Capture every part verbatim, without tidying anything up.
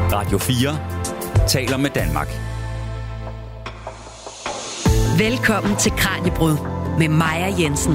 Radio fire taler med Danmark. Velkommen til Kraniebrud med Maja Jensen.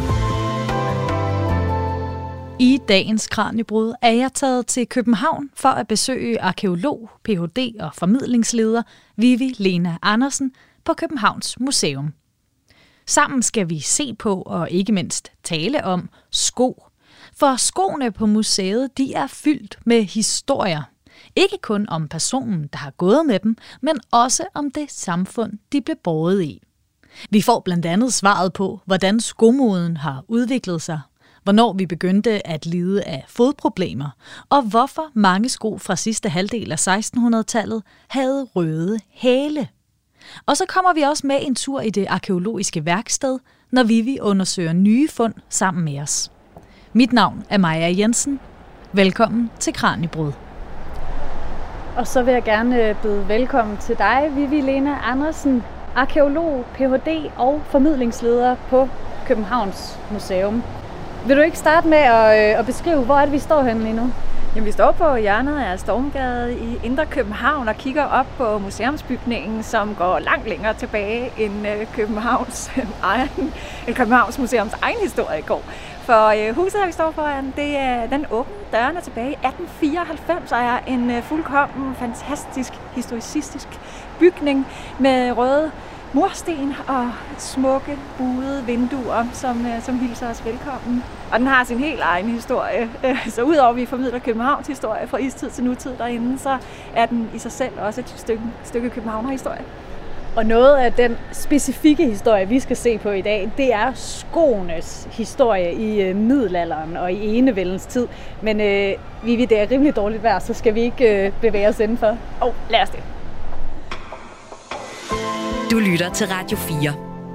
I dagens Kraniebrud er jeg taget til København for at besøge arkæolog, P H D og formidlingsleder Vivi Lena Andersen på Københavns Museum. Sammen skal vi se på og ikke mindst tale om sko. For skoene på museet, de er fyldt med historier. Ikke kun om personen, der har gået med dem, men også om det samfund, de blev båret i. Vi får blandt andet svaret på, hvordan skomoden har udviklet sig, hvornår vi begyndte at lide af fodproblemer, og hvorfor mange sko fra sidste halvdel af sekstenhundredetallet havde røde hæle. Og så kommer vi også med en tur i det arkæologiske værksted, når Vivi undersøger nye fund sammen med os. Mit navn er Maja Jensen. Velkommen til Kraniebrud. Og så vil jeg gerne byde velkommen til dig, Vivi Lena Andersen, arkæolog, P H D og formidlingsleder på Københavns Museum. Vil du ikke starte med at, at beskrive, hvor er det, vi står henne lige nu? Jamen, vi står på hjørnet af Stormgade i Indre København og kigger op på museumsbygningen, som går langt længere tilbage end Københavns, egen, end Københavns Museums egen historie går. For øh, huset, her vi står foran, det er den åbne dørene tilbage i atten fireoghalvfems, og er en øh, fuldkommen, fantastisk, historicistisk bygning med røde mursten og smukke, buede vinduer, som, øh, som hilser os velkommen. Og den har sin helt egen historie. Så udover at vi formidler Københavns historie fra istid til nutid derinde, så er den i sig selv også et stykke, stykke københavnerhistorie. Og noget af den specifikke historie, vi skal se på i dag, det er skoenes historie i øh, middelalderen og i enevældens tid. Men øh, Vivi, det er rimelig dårligt vejr, så skal vi ikke øh, bevæge os indenfor. Åh, oh, lad os det. Du lytter til Radio fire.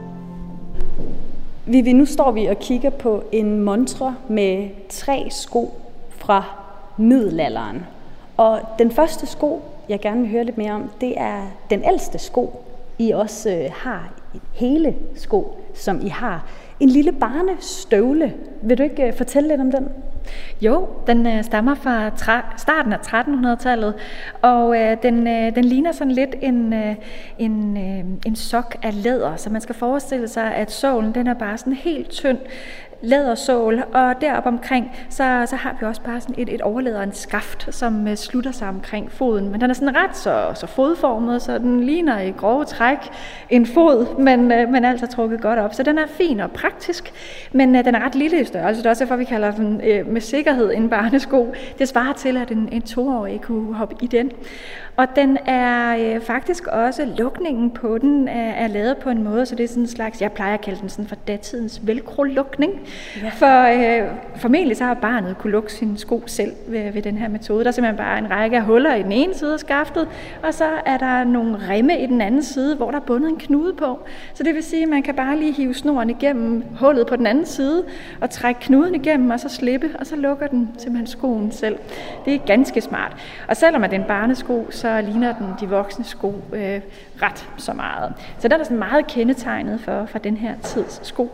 Vivi, nu står vi og kigger på en montre med tre sko fra middelalderen. Og den første sko, jeg gerne vil høre lidt mere om, det er den ældste sko, I også øh, har. Hele sko, som I har. En lille barnestøvle. Vil du ikke øh, fortælle lidt om den? Jo, den øh, stammer fra tra- starten af trettenhundredetallet, og øh, den, øh, den ligner sådan lidt en, øh, en, øh, en sok af læder, så man skal forestille sig, at sålen den er bare sådan helt tynd lædersål, og deroppe omkring, så, så har vi også bare sådan et, et overlæderens skaft, som uh, slutter sig omkring foden. Men den er sådan ret så, så fodformet, så den ligner i grove træk en fod, men, uh, men altså trukket godt op. Så den er fin og praktisk, men uh, den er ret lille i størrelse. Det er også derfor, vi kalder den uh, med sikkerhed en barnesko. Det svarer til, at en, en toårig kunne hoppe i den. Og den er øh, faktisk også, lukningen på den er, er lavet på en måde, så det er sådan en slags, jeg plejer at kalde den sådan for datidens velcro-lukning. Ja. For øh, formentlig så har barnet kunne lukke sine sko selv ved, ved den her metode. Der er simpelthen bare en række af huller i den ene side af skaftet, og så er der nogle remme i den anden side, hvor der er bundet en knude på. Så det vil sige, at man kan bare lige hive snoren igennem hullet på den anden side, og trække knuden igennem, og så slippe, og så lukker den simpelthen skoen selv. Det er ganske smart. Og selvom det er en barnesko, så så ligner den de voksne sko øh, ret så meget. Så der er der sådan meget kendetegnet for, for den her tids sko.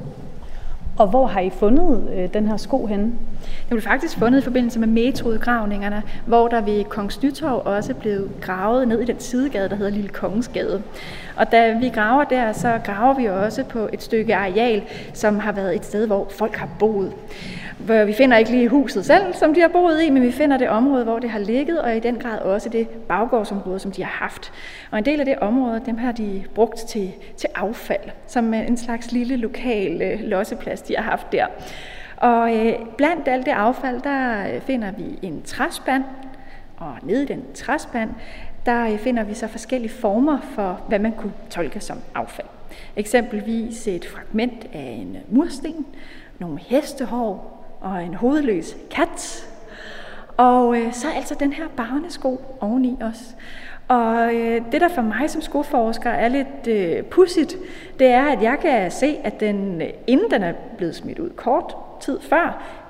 Og hvor har I fundet øh, den her sko henne? Den blev faktisk fundet i forbindelse med metroudgravningerne, hvor der ved Kongens Nytorv også blev gravet ned i den sidegade, der hedder Lille Kongensgade. Og da vi graver der, så graver vi også på et stykke areal, som har været et sted, hvor folk har boet. Vi finder ikke lige huset selv, som de har boet i, men vi finder det område, hvor det har ligget, og i den grad også det baggårdsområde, som de har haft. Og en del af det område, dem har de brugt til, til affald, som en slags lille lokal øh, losseplads, de har haft der. Og øh, blandt alt det affald, der finder vi en træspand, og nede i den træspand, der finder vi så forskellige former for, hvad man kunne tolke som affald. Eksempelvis et fragment af en mursten, nogle hestehår og en hovedløs kat. Og øh, så altså den her barnesko oveni os. Og øh, det, der for mig som skoforsker er lidt øh, pudsigt, det er, at jeg kan se, at den, inden den er blevet smidt ud kort tid før,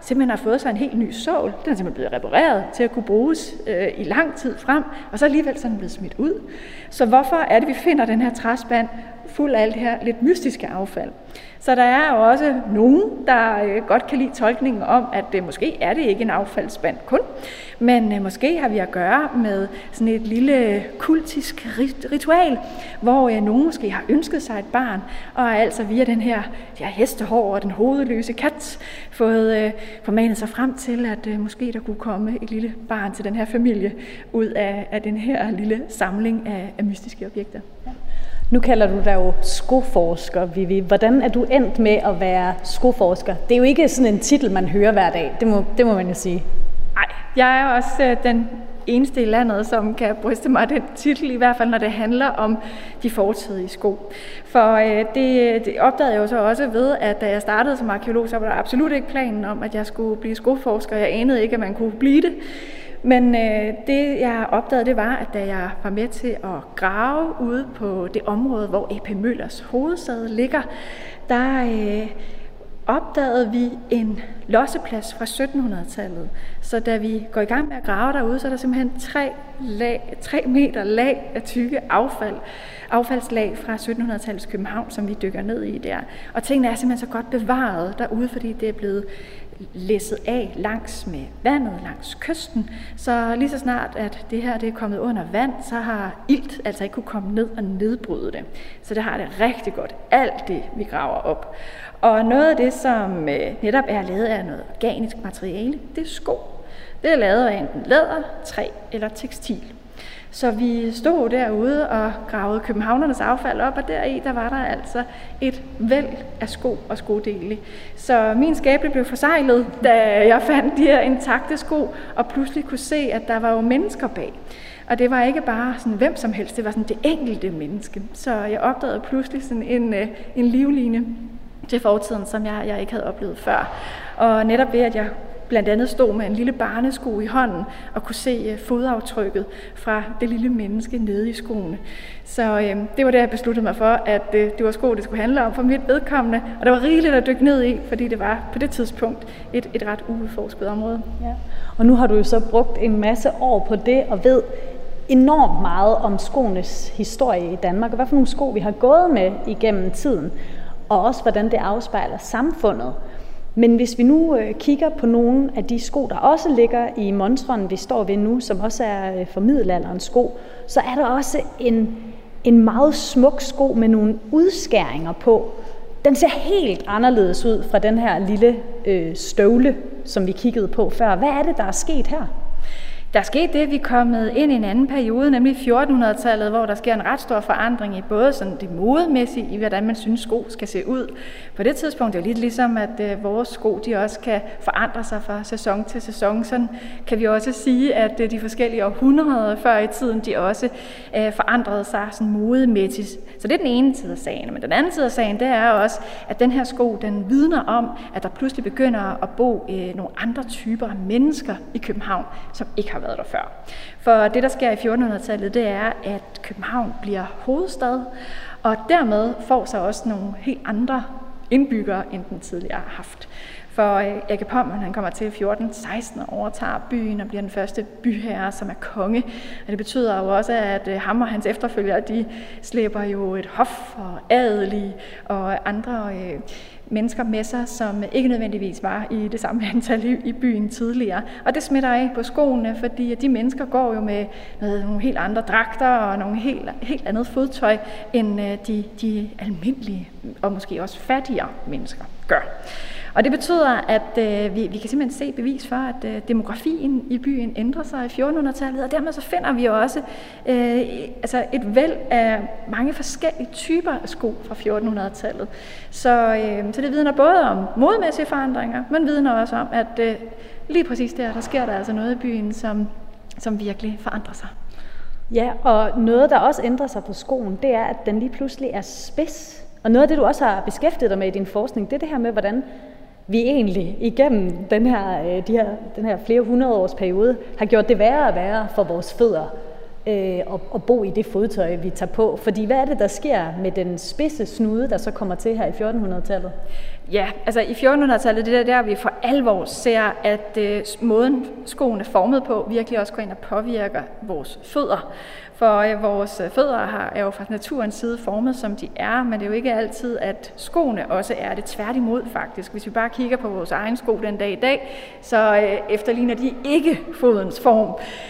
simpelthen har fået sig en helt ny sål. Den er simpelthen blevet repareret til at kunne bruges øh, i lang tid frem, og så alligevel så er den blevet smidt ud. Så hvorfor er det, vi finder den her træspand fuld af alt det her lidt mystiske affald? Så der er jo også nogen, der øh, godt kan lide tolkningen om, at øh, måske er det ikke en affaldsspand kun, men øh, måske har vi at gøre med sådan et lille kultisk rit- ritual, hvor øh, nogen måske har ønsket sig et barn, og altså via den her, her hestehår og den hovedløse kat fået øh, formanet sig frem til, at øh, måske der kunne komme et lille barn til den her familie ud af, af den her lille samling af, af mystiske objekter. Ja. Nu kalder du dig jo skoforsker, Vivi. Hvordan er du endt med at være skoforsker? Det er jo ikke sådan en titel, man hører hver dag. Det må, det må man jo sige. Nej, jeg er også øh, den eneste i landet, som kan bryste mig den titel, i hvert fald når det handler om de fortidige sko. For øh, det, det opdagede jeg jo så også ved, at da jeg startede som arkeolog, så var der absolut ikke planen om, at jeg skulle blive skoforsker. Jeg anede ikke, at man kunne blive det. Men øh, det, jeg opdagede, det var, at da jeg var med til at grave ude på det område, hvor E P Møllers hovedsæde ligger, der øh, opdagede vi en losseplads fra syttenhundredetallet. Så da vi går i gang med at grave derude, så er der simpelthen tre, lag, tre meter lag af tykke affald, affaldslag fra syttenhundredetallets København, som vi dykker ned i der. Og tingene er simpelthen så godt bevaret derude, fordi det er blevet læsset af langs med vandet, langs kysten. Så lige så snart, at det her det er kommet under vand, så har ilt altså ikke kunne komme ned og nedbryde det. Så det har det rigtig godt, alt det vi graver op. Og noget af det, som øh, netop er lavet af noget organisk materiale, det er sko. Det er lavet af enten læder, træ eller tekstil. Så vi stod derude og gravede københavnernes affald op, og deri der var der altså et væld af sko og skodele. Så min skæbne blev forseglet, da jeg fandt de her intakte sko, og pludselig kunne se, at der var jo mennesker bag. Og det var ikke bare sådan hvem som helst, det var sådan det enkelte menneske. Så jeg opdagede pludselig sådan en, en livline til fortiden, som jeg, jeg ikke havde oplevet før. Og netop ved, at jeg blandt andet stod med en lille barnesko i hånden og kunne se fodaftrykket fra det lille menneske nede i skoene. Så øh, det var det, jeg besluttede mig for, at øh, det var sko, det skulle handle om for mit vedkommende. Og det var rigeligt at dykke ned i, fordi det var på det tidspunkt et, et ret uudforsket område. Ja. Og nu har du jo så brugt en masse år på det og ved enormt meget om skoenes historie i Danmark, og hvad for nogle sko vi har gået med igennem tiden, og også hvordan det afspejler samfundet. Men hvis vi nu øh, kigger på nogle af de sko, der også ligger i montren, vi står ved nu, som også er øh, for middelalderens sko, så er der også en, en meget smuk sko med nogle udskæringer på. Den ser helt anderledes ud fra den her lille øh, støvle, som vi kiggede på før. Hvad er det, der er sket her? Der er sket det, at vi er kommet ind i en anden periode, nemlig fjortenhundredetallet, hvor der sker en ret stor forandring i både sådan det modemæssige, i hvordan man synes sko skal se ud. På det tidspunkt er det jo lidt ligesom, at øh, vores sko de også kan forandre sig fra sæson til sæson. Sådan kan vi også sige, at øh, de forskellige århundreder før i tiden, de også øh, forandrede sig sådan modemæssigt. Så det er den ene side af sagen. Men den anden side af sagen, det er også, at den her sko, den vidner om, at der pludselig begynder at bo øh, nogle andre typer af mennesker i København, som ikke har været der før. For det, der sker i fjortenhundredetallet, det er, at København bliver hovedstad, og dermed får sig også nogle helt andre indbyggere, end den tidligere har haft. For Erik Pommern, han kommer til fjorten seksten og overtager byen og bliver den første byherre, som er konge. Og det betyder jo også, at ham og hans efterfølgere, de slæber jo et hof og adelige og andre øh, mennesker med sig, som ikke nødvendigvis var i det samme antal i, i byen tidligere. Og det smitter af på skoene, fordi de mennesker går jo med noget, nogle helt andre dragter og nogle helt, helt andet fodtøj, end de, de almindelige og måske også fattigere mennesker gør. Og det betyder, at øh, vi, vi kan simpelthen se bevis for, at øh, demografien i byen ændrer sig i fjortenhundredetallet, og dermed så finder vi jo også øh, altså et væld af mange forskellige typer af sko fra fjortenhundredetallet. Så, øh, så det vidner både om modemæssige forandringer, men vidner også om, at øh, lige præcis der, der sker der altså noget i byen, som, som virkelig forandrer sig. Ja, og noget, der også ændrer sig på skoen, det er, at den lige pludselig er spids. Og noget af det, du også har beskæftiget dig med i din forskning, det er det her med, hvordan vi egentlig igennem den her, de her, den her flere hundrede års periode har gjort det værre og værre for vores fødder øh, at, at bo i det fodtøj, vi tager på. Fordi hvad er det, der sker med den spidse snude, der så kommer til her i fjortenhundredetallet? Ja, altså i fjortenhundredetallet, det er der, vi for alvor ser, at øh, måden skoen er formet på, virkelig også går ind og påvirker vores fødder. For øh, vores fødder har, er jo fra naturens side formet, som de er, men det er jo ikke altid, at skoene også er det. Tværtimod faktisk. Hvis vi bare kigger på vores egen sko den dag i dag, så øh, efterligner de ikke fodens form.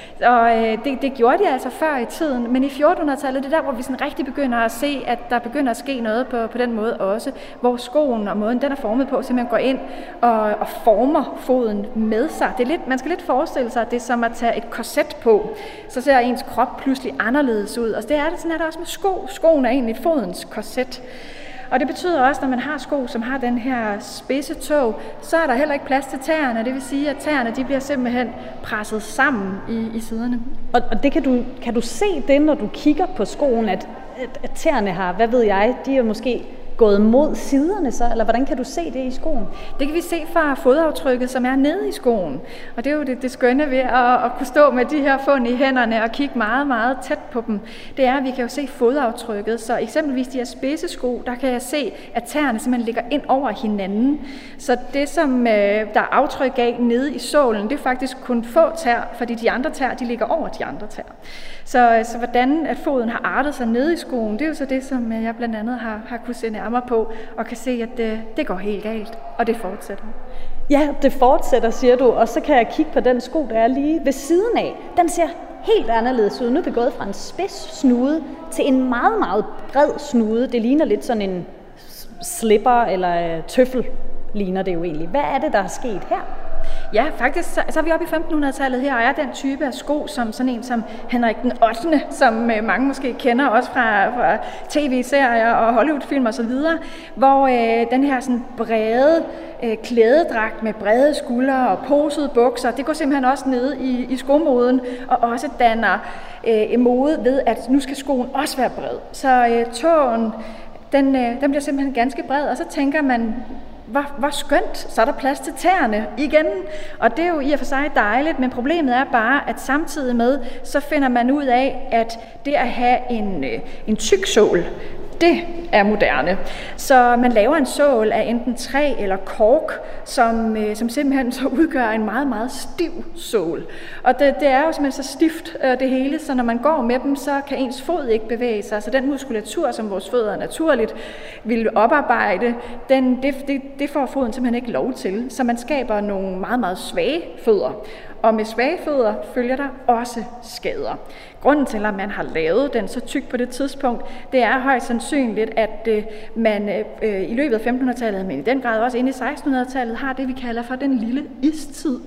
Og øh, det, det gjorde de altså før i tiden, men i fjortenhundredetallet, det er der, hvor vi sådan rigtig begynder at se, at der begynder at ske noget på, på den måde også, hvor skoen og måden, den er formet på, simpelthen går ind og, og former foden med sig. Det er lidt, man skal lidt forestille sig, at det er som at tage et korset på, så ser ens krop pludselig anderledes ud. Og det er det sådan, at det også med sko. Skoen er egentlig fodens korset. Og det betyder også, når man har sko, som har den her spidse tå, så er der heller ikke plads til tæerne. Det vil sige, at tæerne de bliver simpelthen presset sammen i, i siderne. Og, og det kan du, kan du se det, når du kigger på skoen, at, at, at tæerne har, hvad ved jeg, de er måske gået mod siderne så, eller hvordan kan du se det i skoen? Det kan vi se fra fodaftrykket, som er nede i skoen. Og det er jo det, det skønne ved at, at kunne stå med de her fund i hænderne og kigge meget, meget tæt på dem. Det er, at vi kan jo se fodaftrykket. Så eksempelvis de her spidse sko, der kan jeg se, at tæerne simpelthen ligger ind over hinanden. Så det, som øh, der er aftryk af nede i sålen, det er faktisk kun få tær, fordi de andre tær, de ligger over de andre tær. Så, så hvordan at foden har artet sig nede i skoen, det er jo så det, som jeg blandt andet har, har kunnet se nærmere på, og kan se, at det, det går helt galt, og det fortsætter. Ja, det fortsætter, siger du, og så kan jeg kigge på den sko, der er lige ved siden af. Den ser helt anderledes ud. Nu er det gået fra en spids snude til en meget, meget bred snude. Det ligner lidt sådan en slipper eller tøffel, ligner det jo egentlig. Hvad er det, der er sket her? Ja, faktisk så, så er vi oppe i femtenhundredetallet her, og er den type af sko, som sådan en som Henrik den ottende, som øh, mange måske kender også fra, fra tv-serier og Hollywood-film osv., hvor øh, den her sådan brede øh, klædedragt med brede skuldre og posede bukser, det går simpelthen også ned i, i skomoden, og også danner øh, mode ved, at nu skal skoen også være bred. Så øh, tåen, den, øh, den bliver simpelthen ganske bred, og så tænker man, Hvor, hvor skønt, så er der plads til tæerne igen. Og det er jo i og for sig dejligt, men problemet er bare, at samtidig med, så finder man ud af, at det at have en, en tyk sål, det er moderne. Så man laver en sål af enten træ eller kork, som, som simpelthen så udgør en meget, meget stiv sål. Og det, det er jo simpelthen så stift det hele, så når man går med dem, så kan ens fod ikke bevæge sig. Så den muskulatur, som vores fødder naturligt vil oparbejde, den, det, det, det får foden simpelthen ikke lov til. Så man skaber nogle meget, meget svage fødder. Og med svage fødder følger der også skader. Grunden til, at man har lavet den så tyk på det tidspunkt, det er højst sandsynligt, at øh, man øh, i løbet af femtenhundredetallet, men i den grad også inde i sekstenhundredetallet, har det, vi kalder for den lille istid.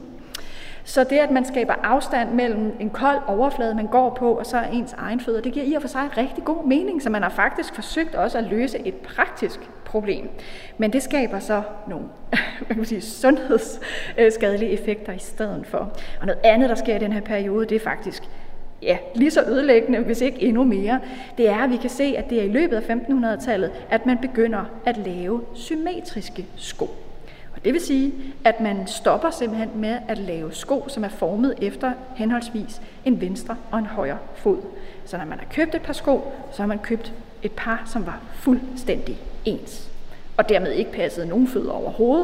Så det, at man skaber afstand mellem en kold overflade, man går på, og så ens egen fødder, det giver i og for sig rigtig god mening, så man har faktisk forsøgt også at løse et praktisk problem. Men det skaber så nogle hvad kan man sige, sundhedsskadelige effekter i stedet for. Og noget andet, der sker i den her periode, det er faktisk ja, lige så ødelæggende, hvis ikke endnu mere, det er, at vi kan se, at det er i løbet af femtenhundredetallet, at man begynder at lave symmetriske sko. Og det vil sige, at man stopper simpelthen med at lave sko, som er formet efter henholdsvis en venstre og en højre fod. Så når man har købt et par sko, så har man købt et par, som var fuldstændig ens. Og dermed ikke passede nogen fødder overhovedet.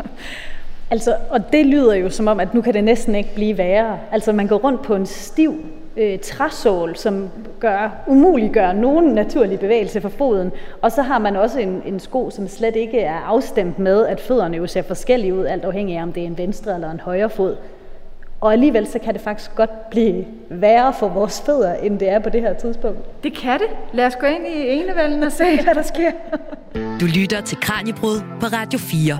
Altså, og det lyder jo som om, at nu kan det næsten ikke blive værre. Altså, man går rundt på en stiv øh, træsål, som gør, umuliggør nogen naturlig bevægelse for foden. Og så har man også en, en sko, som slet ikke er afstemt med, at fødderne jo ser forskellige ud, alt afhængig af, om det er en venstre eller en højre fod. Og alligevel så kan det faktisk godt blive værre for vores fødder, end det er på det her tidspunkt. Det kan det. Lad os gå ind i enevælden og se, hvad der sker. Du lytter til Kraniebrud på Radio fire.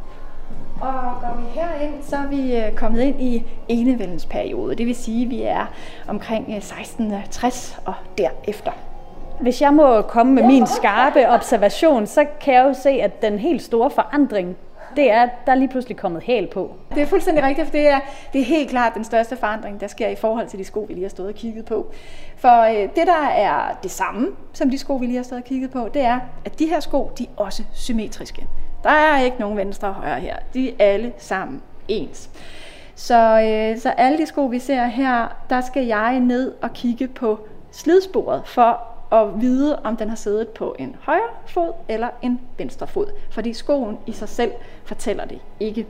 Og går vi herind, så er vi kommet ind i enevældens periode. Det vil sige, at vi er omkring seksten tres og derefter. Hvis jeg må komme med min skarpe observation, så kan jeg jo se, at den helt store forandring, det er, at der er lige pludselig kommet hæl på. Det er fuldstændig rigtigt, for det er, det er helt klart den største forandring, der sker i forhold til de sko, vi lige har stået og kigget på. For øh, det, der er det samme, som de sko, vi lige har stået og kigget på, det er, at de her sko, de er også symmetriske. Der er ikke nogen venstre og højre her. De er alle sammen ens. Så, øh, så alle de sko, vi ser her, der skal jeg ned og kigge på slidsporet for at vide, om den har siddet på en højre fod eller en venstre fod, fordi skoen i sig selv fortæller det ikke.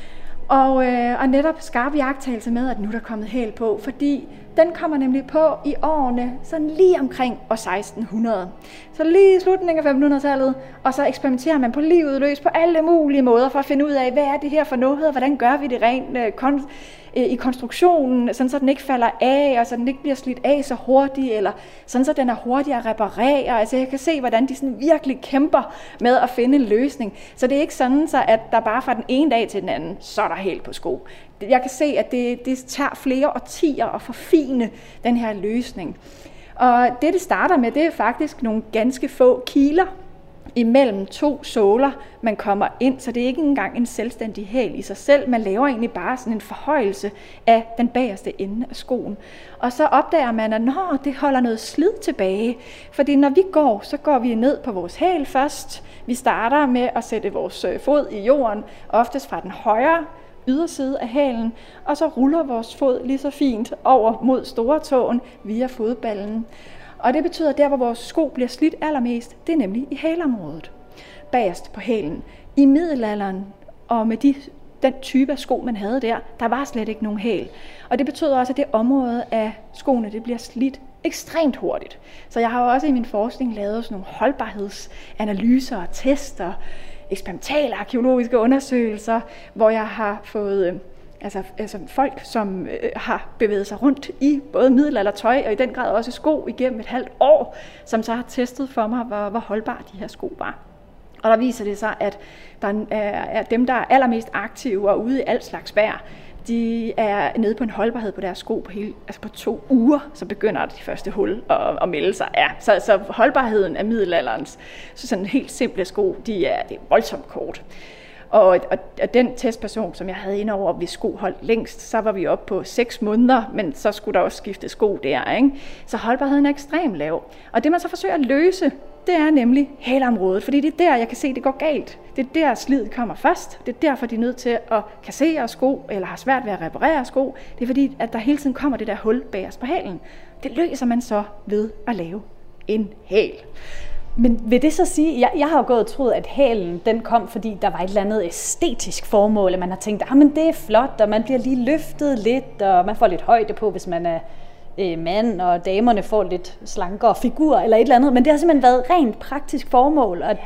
Og, øh, og netop skarp iagttagelse med, at nu er der kommet hæl på, fordi den kommer nemlig på i årene sådan lige omkring år seksten hundrede. Så lige i slutningen af femtenhundredetallet, og så eksperimenterer man på livet løs på alle mulige måder for at finde ud af, hvad er det her for noget, og hvordan gør vi det rent øh, kon- øh, i konstruktionen, sådan så den ikke falder af, og så den ikke bliver slidt af så hurtigt, eller sådan så den er hurtigere at reparere. Altså jeg kan se, hvordan de sådan virkelig kæmper med at finde en løsning. Så det er ikke sådan, så at der bare fra den ene dag til den anden, så er der hæl på sko. Jeg kan se, at det, det tager flere årtier at forfine den her løsning. Og det, det starter med, det er faktisk nogle ganske få kiler imellem to såler, man kommer ind, så det er ikke engang en selvstændig hæl i sig selv. Man laver egentlig bare sådan en forhøjelse af den bagerste ende af skoen. Og så opdager man, at nå, det holder noget slid tilbage. Fordi når vi går, så går vi ned på vores hæl først. Vi starter med at sætte vores fod i jorden, oftest fra den højre yderside af hælen, og så ruller vores fod lige så fint over mod storetåen via fodballen. Og det betyder, at der, hvor vores sko bliver slidt allermest, det er nemlig i hælområdet, bagerst på hælen. I middelalderen, og med de, den type af sko, man havde der, der var slet ikke nogen hæl. Og det betyder også, at det område af skoene, det bliver slidt ekstremt hurtigt. Så jeg har jo også i min forskning lavet sådan nogle holdbarhedsanalyser og tester, eksperimentale arkeologiske undersøgelser, hvor jeg har fået øh, altså, altså folk, som øh, har bevæget sig rundt i både middelaldertøj og i den grad også sko igennem et halvt år, som så har testet for mig, hvor, hvor holdbare de her sko var. Og der viser det sig, at der er, er dem, der er allermest aktive og ude i alt slags vejr, de er nede på en holdbarhed på deres sko på, hele, altså på to uger, så begynder de første hul at, at melde sig. Ja, så, så holdbarheden af middelalderens så sådan helt simple sko, de er, det er voldsomt kort. Og, og, og den testperson, som jeg havde inde over, hvis sko holdt længst, så var vi oppe på seks måneder, men så skulle der også skifte sko der, ikke? Så holdbarheden er ekstremt lav. Og det man så forsøger at løse, det er nemlig hælområdet, fordi det er der, jeg kan se, det går galt. Det er der, slidet kommer først. Det er derfor, de er nødt til at kassere sko, eller har svært ved at reparere sko. Det er fordi, at der hele tiden kommer det der hul bagerst på hælen. Det løser man så ved at lave en hæl. Men vil det så sige, jeg, jeg har jo gået og troet, at hælen den kom, fordi der var et eller andet æstetisk formål, at man har tænkt, at det er flot, og man bliver lige løftet lidt, og man får lidt højde på, hvis man er øh, mand, og damerne får lidt slankere figur eller et eller andet. Men det har simpelthen været rent praktisk formål, at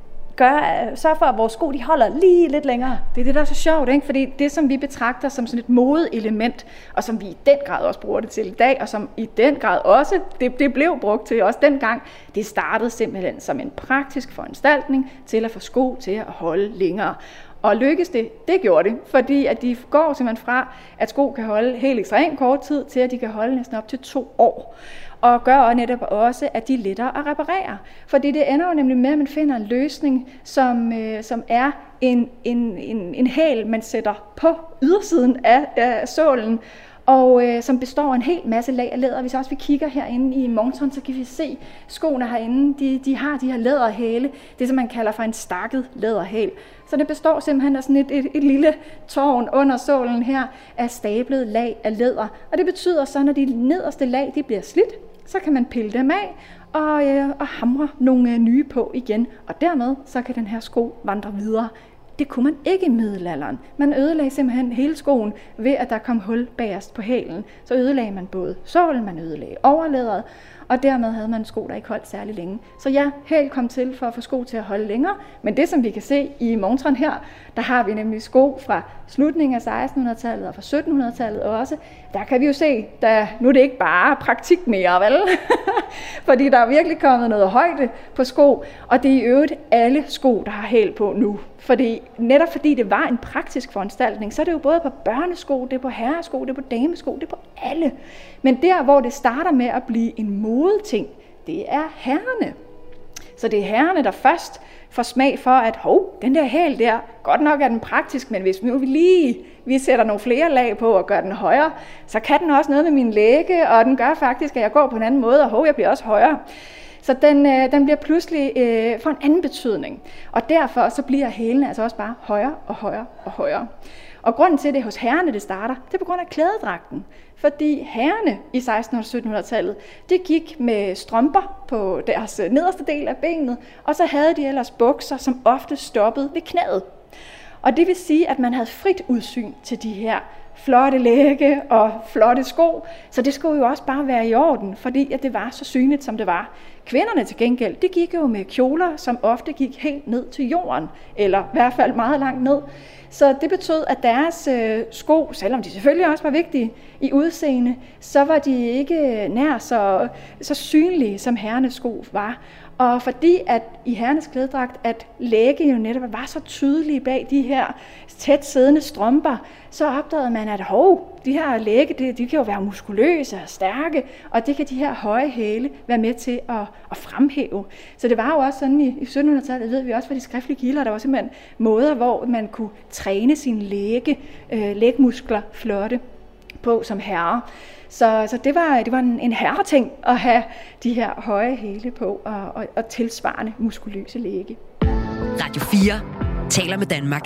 gøre, sørge for, at vores sko de holder lige lidt længere. Det er det, der er så sjovt, ikke? Fordi det, som vi betragter som sådan et modeelement, og som vi i den grad også bruger det til i dag, og som i den grad også, det, det blev brugt til også dengang, det startede simpelthen som en praktisk foranstaltning til at få sko til at holde længere. Og lykkes det, det gjorde det, fordi at de går simpelthen fra, at sko kan holde helt ekstremt kort tid, til at de kan holde næsten op til to år. Og gør netop også, at de er lettere at reparere. Fordi det ender jo nemlig med, at man finder en løsning, som, øh, som er en, en, en, en hæl, man sætter på ydersiden af, af sålen, og øh, som består af en hel masse lag af læder. Hvis også vi kigger herinde i montren, så kan vi se, skoene herinde, de, de har de her læderhæle, det som man kalder for en stakket læderhæl. Så det består simpelthen af sådan et, et, et lille tårn under sålen her af stablet lag af læder. Og det betyder så, når de nederste lag de bliver slidt, så kan man pille dem af og, øh, og hamre nogle øh, nye på igen. Og dermed så kan den her sko vandre videre. Det kunne man ikke i middelalderen. Man ødelagde simpelthen hele skoen ved, at der kom hul bagerst på hælen. Så ødelagde man både sålen, man ødelagde overlæderet, og dermed havde man sko, der ikke holdt særlig længe. Så ja, hæl kom til for at få sko til at holde længere, men det som vi kan se i montren her, der har vi nemlig sko fra slutningen af sekstenhundredetallet og fra syttenhundredetallet også. Der kan vi jo se, at nu er det ikke bare praktik mere, vel? Fordi der er virkelig kommet noget højde på sko, og det er i øvrigt alle sko, der har hæl på nu. Fordi, netop fordi det var en praktisk foranstaltning, så er det jo både på børnesko, det er på herresko, det er på damesko, det er på alle. Men der, hvor det starter med at blive en modeting, det er herrerne. Så det er herrerne, der først får smag for, at hov, den der hæl der, godt nok er den praktisk, men hvis nu vi lige vi sætter nogle flere lag på og gør den højere, så kan den også noget med min læge, og den gør faktisk, at jeg går på en anden måde, og hov, jeg bliver også højere. Så den, øh, den bliver pludselig øh, for en anden betydning. Og derfor så bliver hælene altså også bare højere og højere og højere. Og grunden til det hos herrerne, det starter, det er på grund af klædedragten. Fordi herrerne i sekstenhundrede- og syttenhundredetallet, de gik med strømper på deres nederste del af benet, og så havde de ellers bukser, som ofte stoppede ved knæet. Og det vil sige, at man havde frit udsyn til de her flotte lægge og flotte sko, så det skulle jo også bare være i orden, fordi at det var så synligt, som det var. Kvinderne til gengæld, de gik jo med kjoler, som ofte gik helt ned til jorden, eller i hvert fald meget langt ned. Så det betød, at deres øh, sko, selvom de selvfølgelig også var vigtige i udseende, så var de ikke nær så, så synlige, som herrenes sko var. Og fordi at i herrenes klædedragt, at lægge jo netop var så tydelige bag de her tæt siddende strømper, så opdagede man, at hov, de her lægge, de, de kan jo være muskuløse og stærke, og det kan de her høje hæle være med til at, at fremhæve. Så det var jo også sådan i, i syttenhundredetallet, ved vi også fra de skriftlige kilder, der var simpelthen måder, hvor man kunne træne sine lægge, øh, lægmuskler flotte på som herre. Så, så det var, det var en, en herreting at have de her høje hæle på og, og, og tilsvarende muskuløse lægge. Radio fire taler med Danmark.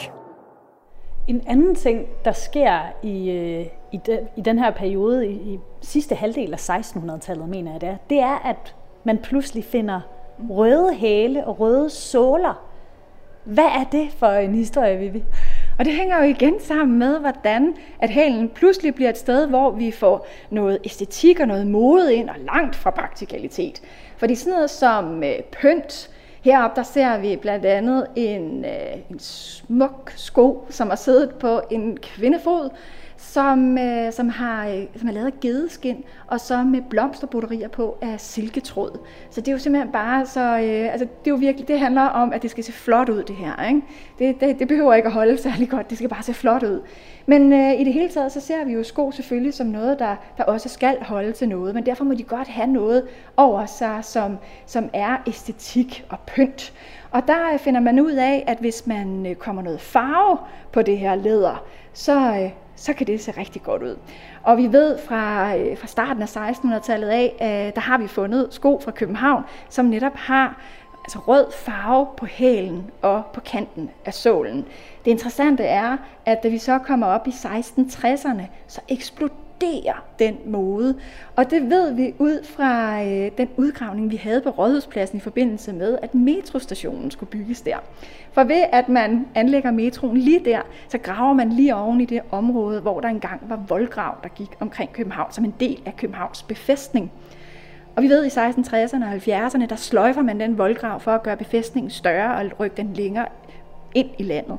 En anden ting, der sker i, i, den, i den her periode, i, i sidste halvdel af sekstenhundredetallet, mener jeg det er, det er, at man pludselig finder røde hæle og røde såler. Hvad er det for en historie, Vivi? Og det hænger jo igen sammen med, hvordan at hælen pludselig bliver et sted, hvor vi får noget æstetik og noget mode ind, og langt fra praktikalitet. Fordi sådan noget som øh, pynt, heroppe der ser vi blandt andet en, øh, en smuk sko, som er siddet på en kvindefod, som, øh, som, har, øh, som er lavet af gedeskin, og så med blomsterbroderier på af silketråd. Så det er jo simpelthen bare så, øh, altså det er jo virkelig, det handler om, at det skal se flot ud det her, ikke? Det, det, det behøver ikke at holde særlig godt, det skal bare se flot ud. Men øh, i det hele taget, så ser vi jo sko selvfølgelig som noget, der, der også skal holde til noget, men derfor må de godt have noget over sig, som, som er æstetik og pynt. Og der finder man ud af, at hvis man kommer noget farve på det her læder, så, øh, så kan det se rigtig godt ud. Og vi ved fra, fra starten af sekstenhundredetallet af, øh, der har vi fundet sko fra København, som netop har altså rød farve på hælen og på kanten af sålen. Det interessante er, at da vi så kommer op i seksten tresserne, så eksploderer den mode. Og det ved vi ud fra øh, den udgravning, vi havde på Rådhuspladsen i forbindelse med, at metrostationen skulle bygges der. For ved at man anlægger metroen lige der, så graver man lige oven i det område, hvor der engang var voldgrav, der gik omkring København, som en del af Københavns befæstning. Og vi ved, i seksten tresserne og halvfjerdserne, der sløjfer man den voldgrav for at gøre befæstningen større og rykke den længere ind i landet.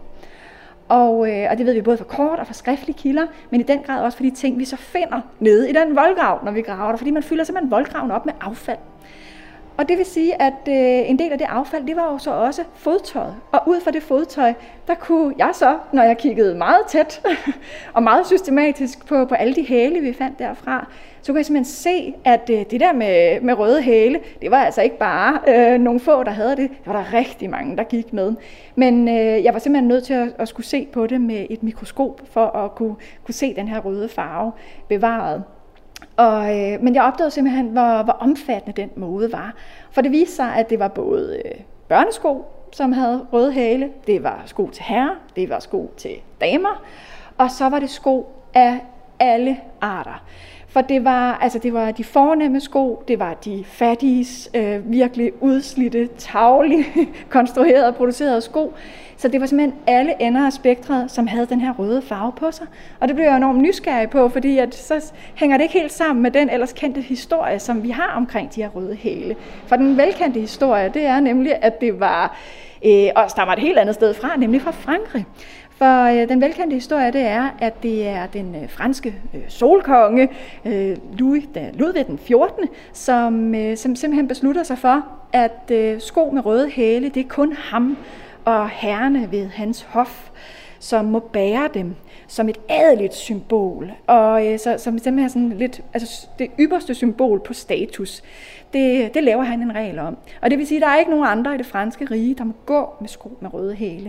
Og, øh, og det ved vi både fra kort og fra skriftlige kilder, men i den grad også for de ting, vi så finder nede i den voldgrav, når vi graver der, fordi man fylder simpelthen voldgraven op med affald. Og det vil sige, at øh, en del af det affald, det var jo så også fodtøjet. Og ud fra det fodtøj, der kunne jeg så, når jeg kiggede meget tæt og meget systematisk på, på alle de hæle, vi fandt derfra, så kunne jeg simpelthen se, at øh, det der med, med røde hæle, det var altså ikke bare øh, nogle få, der havde det. Det var der rigtig mange, der gik med. Men øh, jeg var simpelthen nødt til at, at skulle se på det med et mikroskop, for at kunne, kunne se den her røde farve bevaret. Og, øh, men jeg opdagede simpelthen, hvor, hvor omfattende den mode var. For det viste sig, at det var både øh, børnesko, som havde røde hæle, det var sko til herrer, det var sko til damer, og så var det sko af alle arter. For det var, altså det var de fornemme sko, det var de fattiges, øh, virkelig udslidte, tavligt konstruerede og producerede sko. Så det var simpelthen alle ender af spektret, som havde den her røde farve på sig. Og det blev jeg enormt nysgerrig på, fordi at så hænger det ikke helt sammen med den ellers kendte historie, som vi har omkring de her røde hæle. For den velkendte historie, det er nemlig, at det var, øh, og stammer et helt andet sted fra, nemlig fra Frankrig. For øh, den velkendte historie, det er, at det er den øh, franske øh, solkonge, øh, Louis, da, Ludvig den fjortende, som, øh, som simpelthen beslutter sig for, at øh, sko med røde hæle, det er kun ham og herrerne ved hans hof, som må bære dem som et adeligt symbol, og øh, så, som simpelthen sådan lidt, altså det ypperste symbol på status. Det, det laver han en regel om. Og det vil sige, at der er ikke nogen andre i det franske rige, der må gå med sko med røde hæle.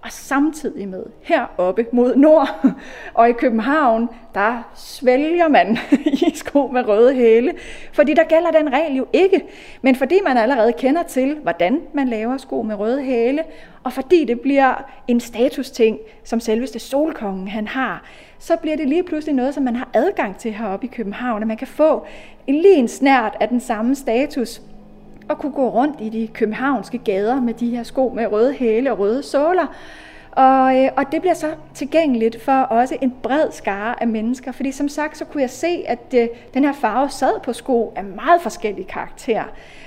Og samtidig med heroppe mod nord og i København, der svælger man i sko med røde hæle. Fordi der gælder den regel jo ikke. Men fordi man allerede kender til, hvordan man laver sko med røde hæle, og fordi det bliver en statusting, som selveste Solkongen han har, så bliver det lige pludselig noget, som man har adgang til heroppe i København, og man kan få en lige en snert af den samme status, og kunne gå rundt i de københavnske gader med de her sko med røde hæle og røde såler. Og, øh, og det bliver så tilgængeligt for også en bred skare af mennesker, fordi som sagt, så kunne jeg se, at øh, den her farve sad på sko af meget forskellige karakterer.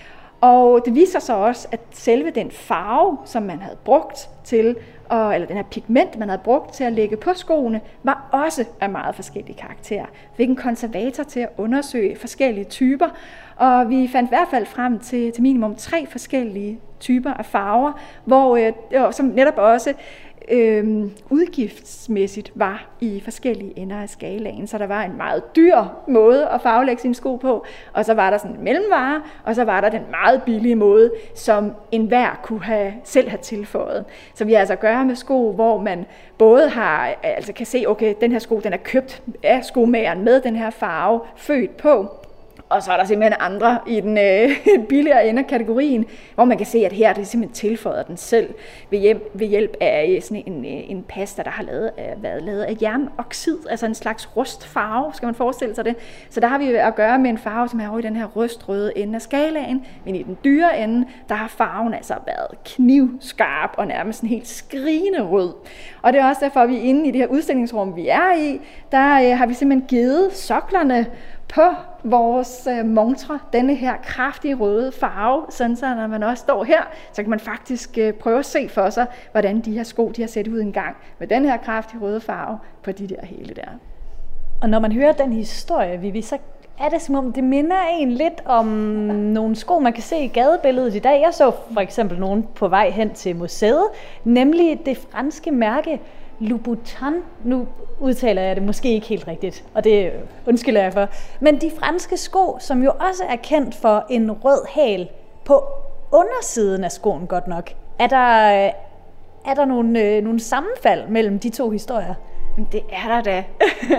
Og det viser sig også, at selve den farve, som man havde brugt til, og, eller den her pigment, man havde brugt til at lægge på skoene, var også af meget forskellige karakterer. Vi fik en konservator til at undersøge forskellige typer, og vi fandt i hvert fald frem til, til minimum tre forskellige typer af farver, hvor, øh, som netop også øh, udgiftsmæssigt var i forskellige ender af skalaen. Så der var en meget dyr måde at farvelægge sine sko på, og så var der sådan en mellemvare, og så var der den meget billige måde, som enhver kunne have, selv have tilføjet. Så vi har altså at gøre med sko, hvor man både har, altså kan se, okay, den her sko, den er købt af skomageren med den her farve, født på. Og så er der simpelthen andre i den øh, billigere ende af kategorien, hvor man kan se, at her er det simpelthen tilføjet den selv ved hjælp, ved hjælp af sådan en, en pasta, der har lavet, været lavet af jernoxid, altså en slags rustfarve, skal man forestille sig det. Så der har vi at gøre med en farve, som er over i den her rustrøde ende af skalaen, men i den dyre ende, der har farven altså været knivskarp og nærmest sådan helt skrigende rød. Og det er også derfor, at vi inde i det her udstillingsrum, vi er i, der øh, har vi simpelthen givet soklerne på vores øh, montre, denne her kraftige røde farve, sådan så når man også står her, så kan man faktisk øh, prøve at se for sig, hvordan de her sko, de har set ud en gang med den her kraftige røde farve på de der hele der. Og når man hører den historie, Vivi, så er det som om, det minder en lidt om nogle sko, man kan se i gadebilledet i dag. Jeg så for eksempel nogen på vej hen til museet, nemlig det franske mærke Louboutin. Nu udtaler jeg det måske ikke helt rigtigt, og det undskylder jeg for. Men de franske sko, som jo også er kendt for en rød hæl på undersiden af skoen godt nok. Er der, er der nogle, øh, nogle sammenfald mellem de to historier? Det er der da.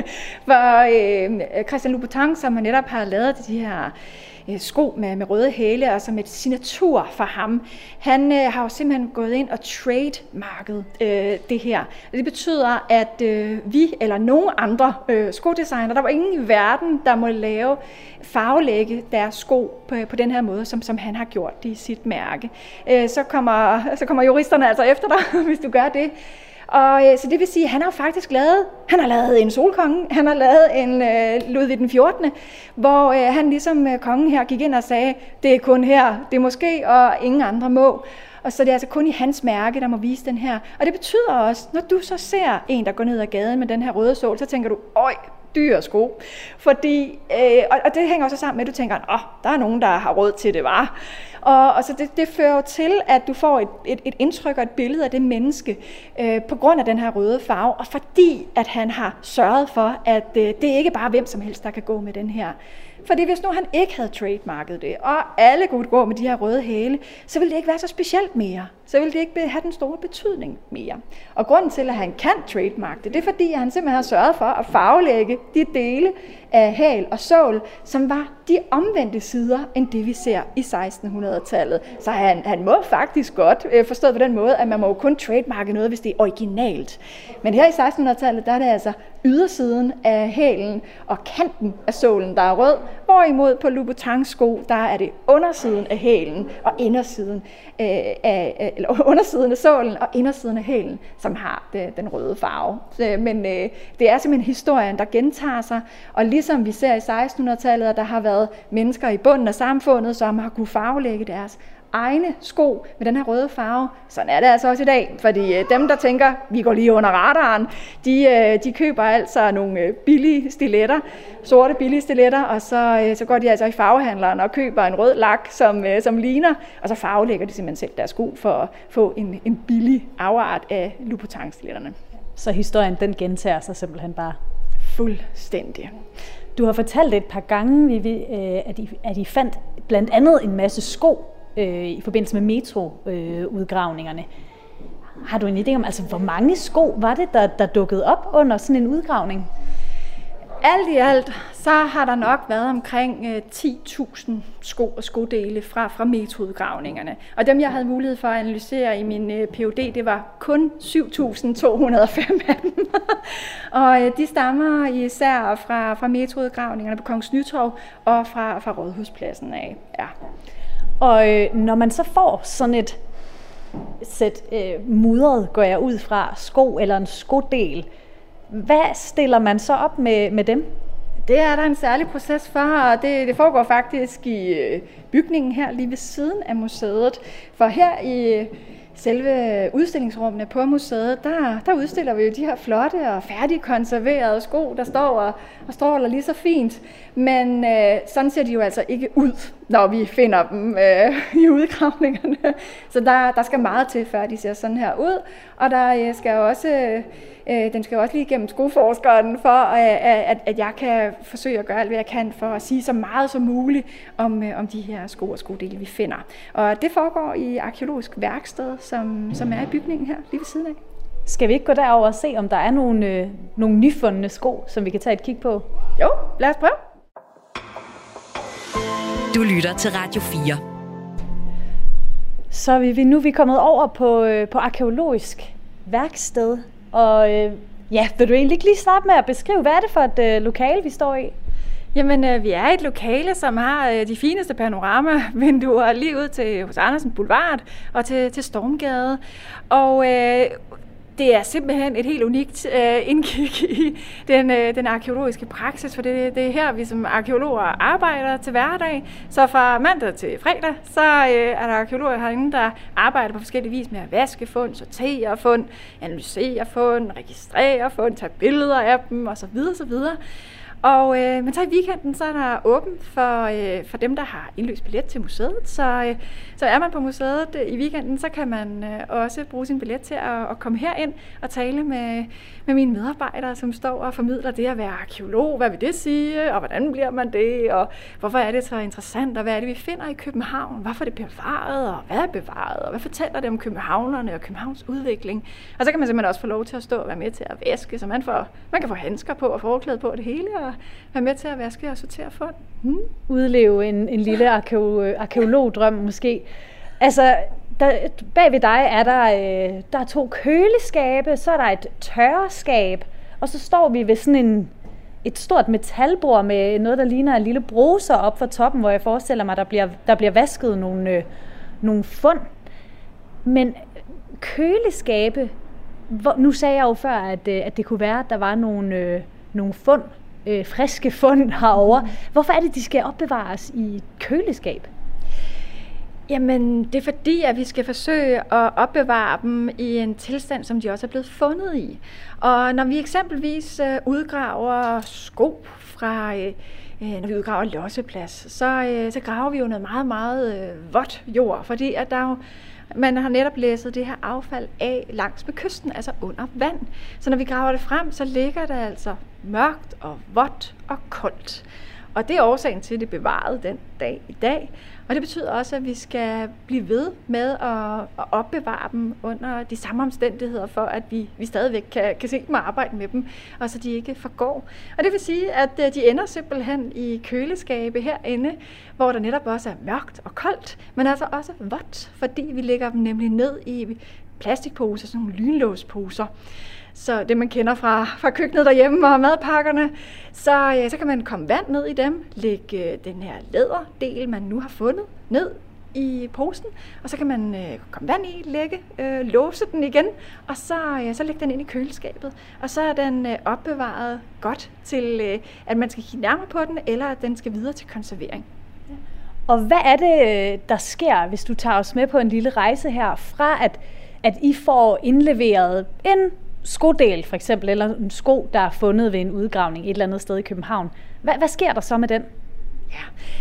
For øh, Christian Louboutin, som han netop har lavet de her øh, sko med, med røde hæle, og som et signatur for ham, han øh, har jo simpelthen gået ind og trademarket øh, det her. Det betyder, at øh, vi eller nogen andre øh, skodesigner, der var ingen i verden, der må lave farvelægge deres sko på, på den her måde, som, som han har gjort i sit mærke. Øh, så, kommer, så kommer juristerne altså efter dig, hvis du gør det. Og så det vil sige, at han har faktisk lavet, han har lavet en Solkonge, han har lavet en øh, Ludvig den fjortende, hvor øh, han ligesom øh, kongen her gik ind og sagde, det er kun her, det er måske, og ingen andre må. Og så det er altså kun i hans mærke, der må vise den her. Og det betyder også, når du så ser en, der går ned ad gaden med den her røde sål, så tænker du, øj, dyre sko. Fordi, øh, og, og det hænger også sammen med, at du tænker, åh, der er nogen, der har råd til det, var. Og, og så det, det fører jo til, at du får et, et, et indtryk og et billede af det menneske øh, på grund af den her røde farve, og fordi at han har sørget for, at øh, det ikke bare er hvem som helst, der kan gå med den her. Fordi hvis nu han ikke havde trademarket det, og alle kunne gå med de her røde hæle, så ville det ikke være så specielt mere. Så ville det ikke have den store betydning mere. Og grunden til, at han kan trademarke det, det er fordi, at han simpelthen har sørget for at farvelægge de dele af hæl og sål, som var de omvendte sider, end det vi ser i sekstenhundredetallet. Så han, han må faktisk godt øh, forstå på den måde, at man må jo kun trademarke noget, hvis det er originalt. Men her i sekstenhundredetallet, der er det altså ydersiden af hælen og kanten af sålen, der er rød, hvorimod på Louboutins sko, der er det undersiden af hælen og indersiden øh, af, eller undersiden af sålen og indersiden af hælen, som har det, den røde farve. Så, men øh, det er simpelthen historien, der gentager sig, og ligesom vi ser i sekstenhundredetallet, at der har været mennesker i bunden af samfundet, som har kunne farvelægge deres egne sko med den her røde farve. Sådan er det altså også i dag, fordi dem, der tænker, vi går lige under radaren, de, de køber altså nogle billige stiletter, sorte billige stiletter, og så, så går de altså i farvehandleren og køber en rød lak, som, som ligner, og så farvelægger de simpelthen selv deres sko for at få en, en billig afart af Louboutin-stiletterne. Så historien, den gentager sig simpelthen bare? Fuldstændig. Du har fortalt et par gange, Vivi, at I, at I fandt blandt andet en masse sko, i forbindelse med metro-udgravningerne. Har du en idé om, altså hvor mange sko var det, der, der dukkede op under sådan en udgravning? Alt i alt, så har der nok været omkring øh, ti tusind sko og skodele fra, fra metroudgravningerne. Og dem, jeg havde mulighed for at analysere i min øh, P H D, det var kun syv tusind to hundrede og fem af dem. Og øh, de stammer især fra, fra metroudgravningerne på Kongens Nytorv og fra, fra Rådhuspladsen af. Ja. Og øh, når man så får sådan et sæt øh, mudret, går jeg ud fra, sko eller en skodel, hvad stiller man så op med, med dem? Det er der en særlig proces for, og det, det foregår faktisk i bygningen her lige ved siden af museet. For her i selve udstillingsrummene på museet, der, der udstiller vi jo de her flotte og færdigkonserverede sko, der står og, og stråler lige så fint. Men øh, sådan ser de jo altså ikke ud, når vi finder dem øh, i udgravningerne. Så der, der skal meget til, før de ser sådan her ud. Og der øh, skal også, øh, den skal også lige igennem skoforskeren, for øh, at, at jeg kan forsøge at gøre alt, hvad jeg kan, for at sige så meget som muligt om, øh, om de her sko og skodele, vi finder. Og det foregår i arkæologisk værksted, som, som er i bygningen her, lige ved siden af. Skal vi ikke gå derover og se, om der er nogle, øh, nogle nyfundne sko, som vi kan tage et kig på? Jo, lad os prøve. Du lytter til Radio fire. Så er vi nu er vi kommet over på, øh, på arkæologisk værksted. Og øh, ja, vil du egentlig ikke lige starte med at beskrive, hvad er det for et øh, lokale, vi står i? Jamen, øh, vi er et lokale, som har øh, de fineste panoramavinduer lige ud til H C Andersen Boulevard og til, til Stormgade. Og øh, det er simpelthen et helt unikt øh, indkig i den, øh, den arkæologiske praksis, for det, det er her, vi som arkeologer arbejder til hverdag. Så fra mandag til fredag, så øh, er der arkeologer herinde, der arbejder på forskellige vis med at vaske fund, sortere fund, analysere fund, registrere fund, tage billeder af dem osv. osv. Og, øh, men så i weekenden, så er der åbent for, øh, for dem, der har indløst billet til museet. Så, øh, så er man på museet øh, i weekenden, så kan man øh, også bruge sin billet til at, at komme herind og tale med, med mine medarbejdere, som står og formidler det at være arkeolog. Hvad vil det sige, og hvordan bliver man det, og hvorfor er det så interessant, og hvad er det, vi finder i København? Hvorfor er det bevaret, og hvad er bevaret, og hvad fortæller det om københavnerne og Københavns udvikling? Og så kan man simpelthen også få lov til at stå og være med til at vaske, så man, får, man kan få handsker på og forklæde på det hele, og være med til at vaske og sortere fund. Hmm. Udleve en, en lille arkeologdrøm måske. Altså, der, bag ved dig er der, øh, der er to køleskabe, så er der et tørreskab, og så står vi ved sådan en, et stort metalbord med noget, der ligner en lille bruser op for toppen, hvor jeg forestiller mig, der bliver, der bliver vasket nogle, øh, nogle fund. Men køleskabe, hvor, nu sagde jeg jo før, at, at det kunne være, at der var nogle, øh, nogle fund, øh, friske fund herovre. Hvorfor er det, de skal opbevares i et køleskab? Jamen, det er fordi, at vi skal forsøge at opbevare dem i en tilstand, som de også er blevet fundet i. Og når vi eksempelvis udgraver sko fra, når vi udgraver losseplads, så, så graver vi jo noget meget, meget vådt jord, fordi at der jo, man har netop læsset det her affald af langs med kysten, altså under vand. Så når vi graver det frem, så ligger det altså mørkt og vådt og koldt. Og det er årsagen til, at det er bevaret den dag i dag. Og det betyder også, at vi skal blive ved med at, at opbevare dem under de samme omstændigheder, for at vi, vi stadigvæk kan, kan se dem og arbejde med dem, og så de ikke forgår. Og det vil sige, at de ender simpelthen i køleskabe herinde, hvor der netop også er mørkt og koldt, men altså også vådt, fordi vi lægger dem nemlig ned i plastikposer, sådan nogle lynlåsposer. Så det, man kender fra, fra køkkenet derhjemme og madpakkerne, så, ja, så kan man komme vand ned i dem, lægge den her læderdel, man nu har fundet, ned i posen, og så kan man øh, komme vand i, lægge, øh, låse den igen, og så, ja, så lægge den ind i køleskabet. Og så er den øh, opbevaret godt til, øh, at man skal kigge nærmere på den, eller at den skal videre til konservering. Og hvad er det, der sker, hvis du tager os med på en lille rejse her, fra at, at I får indleveret en skodel for eksempel, eller en sko, der er fundet ved en udgravning et eller andet sted i København. Hvad, hvad sker der så med den? Ja,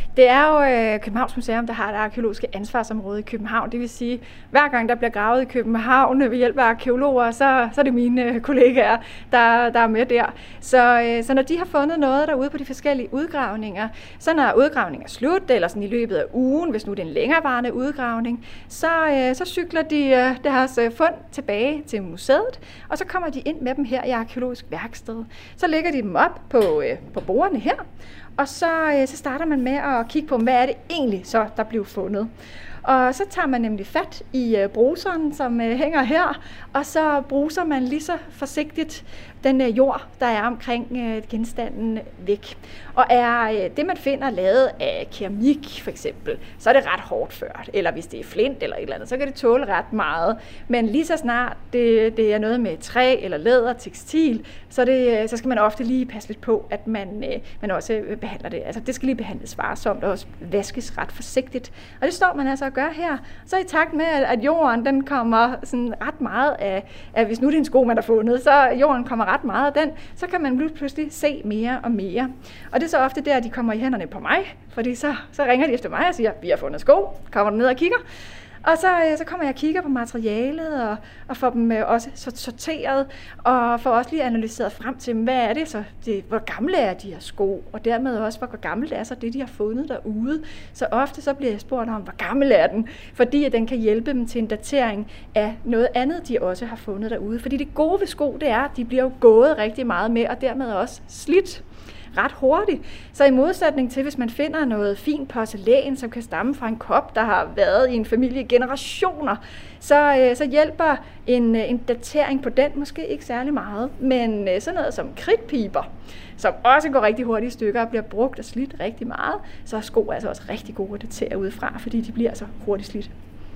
Det er jo øh, Københavns Museum, der har det arkeologiske ansvarsområde i København. Det vil sige, hver gang der bliver gravet i København ved hjælp af arkeologer, så, så er det mine øh, kollegaer, der, der er med der. Så, øh, så når de har fundet noget derude på de forskellige udgravninger, så når udgravningen er slut, eller sådan i løbet af ugen, hvis nu det er en længerevarende udgravning, så, øh, så cykler de øh, deres øh, fund tilbage til museet, og så kommer de ind med dem her i arkeologisk værksted. Så lægger de dem op på, øh, på bordene her, og så, øh, så starter man med at kigge på, hvad er det egentlig så, der blev fundet. Og så tager man nemlig fat i øh, bruseren, som øh, hænger her, og så bruser man lige så forsigtigt den øh, jord, der er omkring øh, genstanden væk. Og er øh, det, man finder lavet af keramik for eksempel, så er det ret hårdt ført. Eller hvis det er flint eller et eller andet, så kan det tåle ret meget. Men lige så snart det, det er noget med træ eller læder, tekstil, så, det, så skal man ofte lige passe lidt på, at man, øh, man også behandler det. Altså det skal lige behandles varsomt og også vaskes ret forsigtigt. Og det står man altså at gøre her. Så i takt med, at jorden den kommer sådan ret meget af, af, hvis nu det er en sko, man har fundet, så jorden kommer ret meget af den, så kan man pludselig se mere og mere. Og det er så ofte der, de kommer i hænderne på mig, fordi så, så ringer de efter mig og siger, vi har fundet sko, kommer du ned og kigger. Og så, så kommer jeg og kigger på materialet og, og får dem også sorteret og får også lige analyseret frem til, hvad er det så, det, hvor gamle er de her sko, og dermed også, hvor gammelt er så det, de har fundet derude. Så ofte så bliver jeg spurgt om, hvor gammel er den, fordi at den kan hjælpe dem til en datering af noget andet, de også har fundet derude. Fordi det gode ved sko, det er, at de bliver jo gået rigtig meget med, og dermed også slidt ret hurtigt. Så i modsætning til, hvis man finder noget fint porcelæn, som kan stamme fra en kop, der har været i en familie i generationer, så, øh, så hjælper en, en datering på den måske ikke særlig meget. Men øh, sådan noget som kridtpiber, som også går rigtig hurtigt i stykker og bliver brugt og slidt rigtig meget, så er sko altså også rigtig gode at datere udefra, fordi de bliver så hurtigt slidt.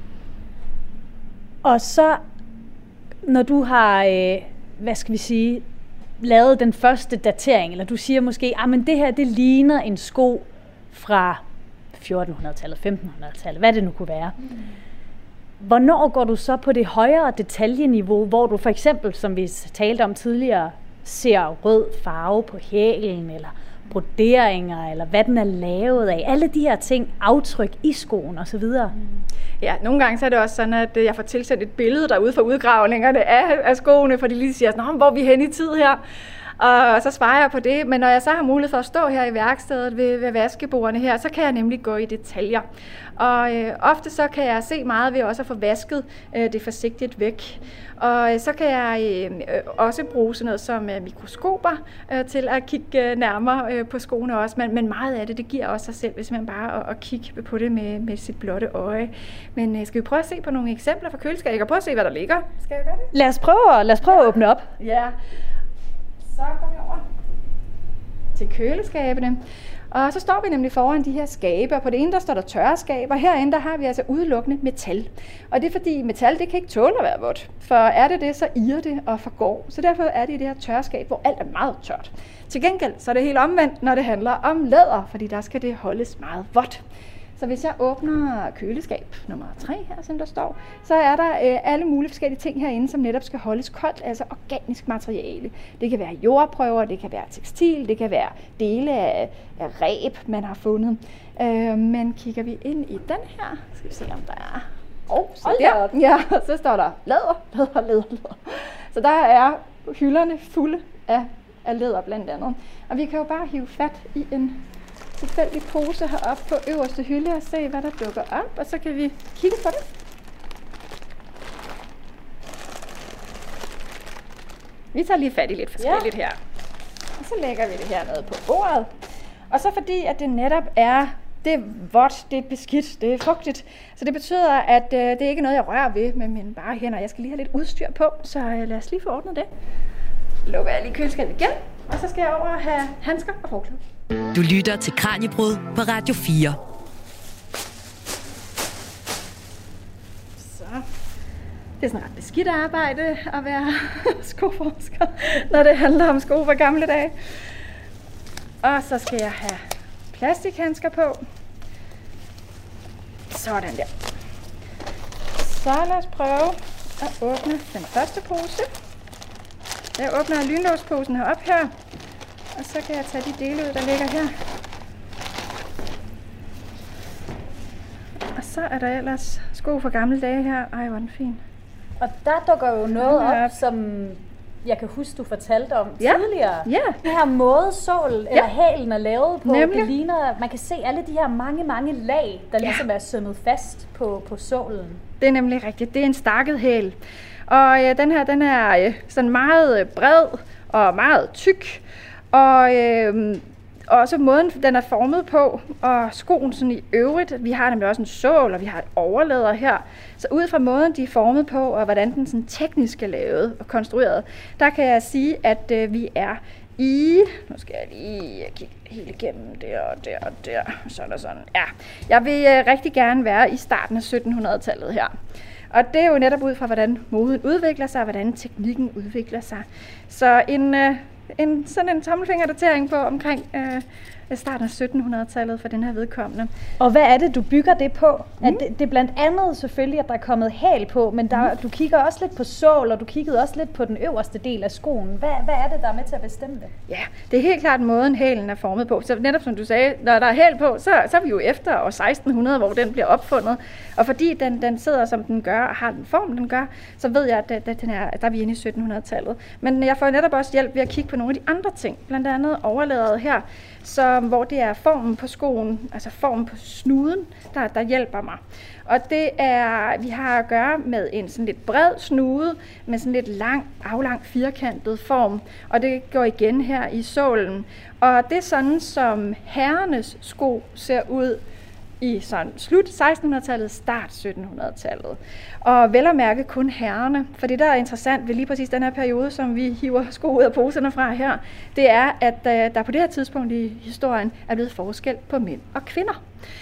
Og så, når du har, øh, hvad skal vi sige, lavet den første datering, eller du siger måske, at det her det ligner en sko fra fjortenhundredetallet, femtenhundredetallet, hvad det nu kunne være. Mm. Hvornår går du så på det højere detaljeniveau, hvor du for eksempel, som vi talte om tidligere, ser rød farve på hælen, eller broderinger, eller hvad den er lavet af, alle de her ting, aftryk i skoen osv.? Mm. Ja, nogle gange så er det også sådan, at jeg får tilsendt et billede derude fra udgravningerne af, af skoene, for de lige siger, Nå, hvor er vi hen i tid her? Og så svarer jeg på det, men når jeg så har mulighed for at stå her i værkstedet ved, ved vaskebordene her, så kan jeg nemlig gå i detaljer. Og øh, ofte så kan jeg se meget ved også at få vasket øh, det forsigtigt væk. Og øh, så kan jeg øh, også bruge sådan noget som øh, mikroskoper øh, til at kigge øh, nærmere øh, på skoene også. Men, men meget af det, det giver også sig selv, hvis man bare at, at kigge på det med, med sit blotte øje. Men øh, skal vi prøve at se på nogle eksempler fra køleskabet? Jeg kan prøve at se, hvad der ligger. Skal jeg gøre det? Lad os prøve, lad os prøve ja. at åbne op. Ja. Så går vi over til køleskabene. Og så står vi nemlig foran de her skabe, og på det ene der står der tørreskab, og herinde der har vi altså udelukkende metal. Og det er fordi metal, det kan ikke tåle at være vådt, for er det det, så irrer det og forgår. Så derfor er det i det her tørreskab, hvor alt er meget tørt. Til gengæld så er det helt omvendt, når det handler om læder, fordi der skal det holdes meget vådt. Så hvis jeg åbner køleskab nummer tre her, som der står, så er der øh, alle mulige forskellige ting herinde, som netop skal holdes koldt, altså organisk materiale. Det kan være jordprøver, det kan være tekstil, det kan være dele af, af reb, man har fundet. Øh, men kigger vi ind i den her, skal vi se om der er... Åh, oh, så der. Ja, så står der læder, læder, læder, læder. Så der er hylderne fulde af, af læder blandt andet. Og vi kan jo bare hive fat i en tilfældig pose heroppe på øverste hylde og se, hvad der dukker op, og så kan vi kigge på det. Vi tager lige fat i lidt forskelligt ja. her. Og så lægger vi det her nede på bordet. Og så fordi, at det netop er, det er vådt, det er beskidt, det er fugtigt, så det betyder, at øh, det er ikke noget, jeg rører ved med mine bare hænder. Jeg skal lige have lidt udstyr på, så øh, lad os lige få ordnet det. Lukker jeg lige køleskabet igen, og så skal jeg over have handsker og forklæde. Du lytter til Kraniebrud på Radio fire. Så. Det er sådan ret beskidt arbejde at være skoforsker, når det handler om sko fra gamle dage. Og så skal jeg have plastikhandsker på. Sådan der. Så lad os prøve at åbne den første pose. Jeg åbner lynlåsposen herop her. Og så kan jeg tage de dele ud, der ligger her. og så er der ellers sko fra gamle dage her. Ej, hvor er den fin. Og der dukker jo noget op, som jeg kan huske, du fortalte om ja. tidligere. Ja. Det her måde sål eller ja. hælen er lavet på, Nemlig. det ligner, man kan se alle de her mange, mange lag, der ja. ligesom er sømmet fast på, på sålen. Det er nemlig rigtigt. Det er en stakket hæl. Og øh, den her, den er øh, sådan meget bred og meget tyk. Og øh, også måden, den er formet på, og skoen sådan i øvrigt. Vi har nemlig også en sål, og vi har et overlæder her. Så ud fra måden, de er formet på, og hvordan den sådan teknisk er lavet og konstrueret, der kan jeg sige, at øh, vi er i... Nu skal jeg lige kigge helt igennem der og der og der. Sådan og sådan. Ja, jeg vil øh, rigtig gerne være i starten af sytten hundrede-tallet her. Og det er jo netop ud fra, hvordan moden udvikler sig, og hvordan teknikken udvikler sig. Så en... Øh, En, sådan en tommelfingerdatering på omkring øh, starten af sytten hundrede-tallet for den her vedkommende. Og hvad er det, du bygger det på? Mm. At det, det er blandt andet selvfølgelig, at der er kommet hæl på, men der, mm. du kigger også lidt på sål, og du kiggede også lidt på den øverste del af skoen. Hvad, hvad er det, der er med til at bestemme det? Ja, det er helt klart måden, hælen er formet på. Så netop som du sagde, når der er hæl på, så, så er vi jo efter år seksten hundrede, hvor den bliver opfundet. Og fordi den, den sidder, som den gør, og har den form, den gør, så ved jeg, at, at, den er, at der er vi inde i sytten hundrede-tallet. Men jeg får netop også hjælp ved at kigge på nogle af de andre ting. Blandt andet overlæderet her, så, hvor det er formen på skoen, altså formen på snuden, der, der hjælper mig. Og det er, vi har at gøre med en sådan lidt bred snude, med sådan lidt lang, aflang, firkantet form. Og det går igen her i sålen. Og det er sådan, som herrenes sko ser ud i sådan slut seksten hundrede-tallet, start sytten hundrede-tallet. Og vel at mærke kun herrerne, for det der er interessant ved lige præcis den her periode, som vi hiver sko ud af poserne fra her, det er, at der på det her tidspunkt i historien er blevet forskel på mænd og kvinder.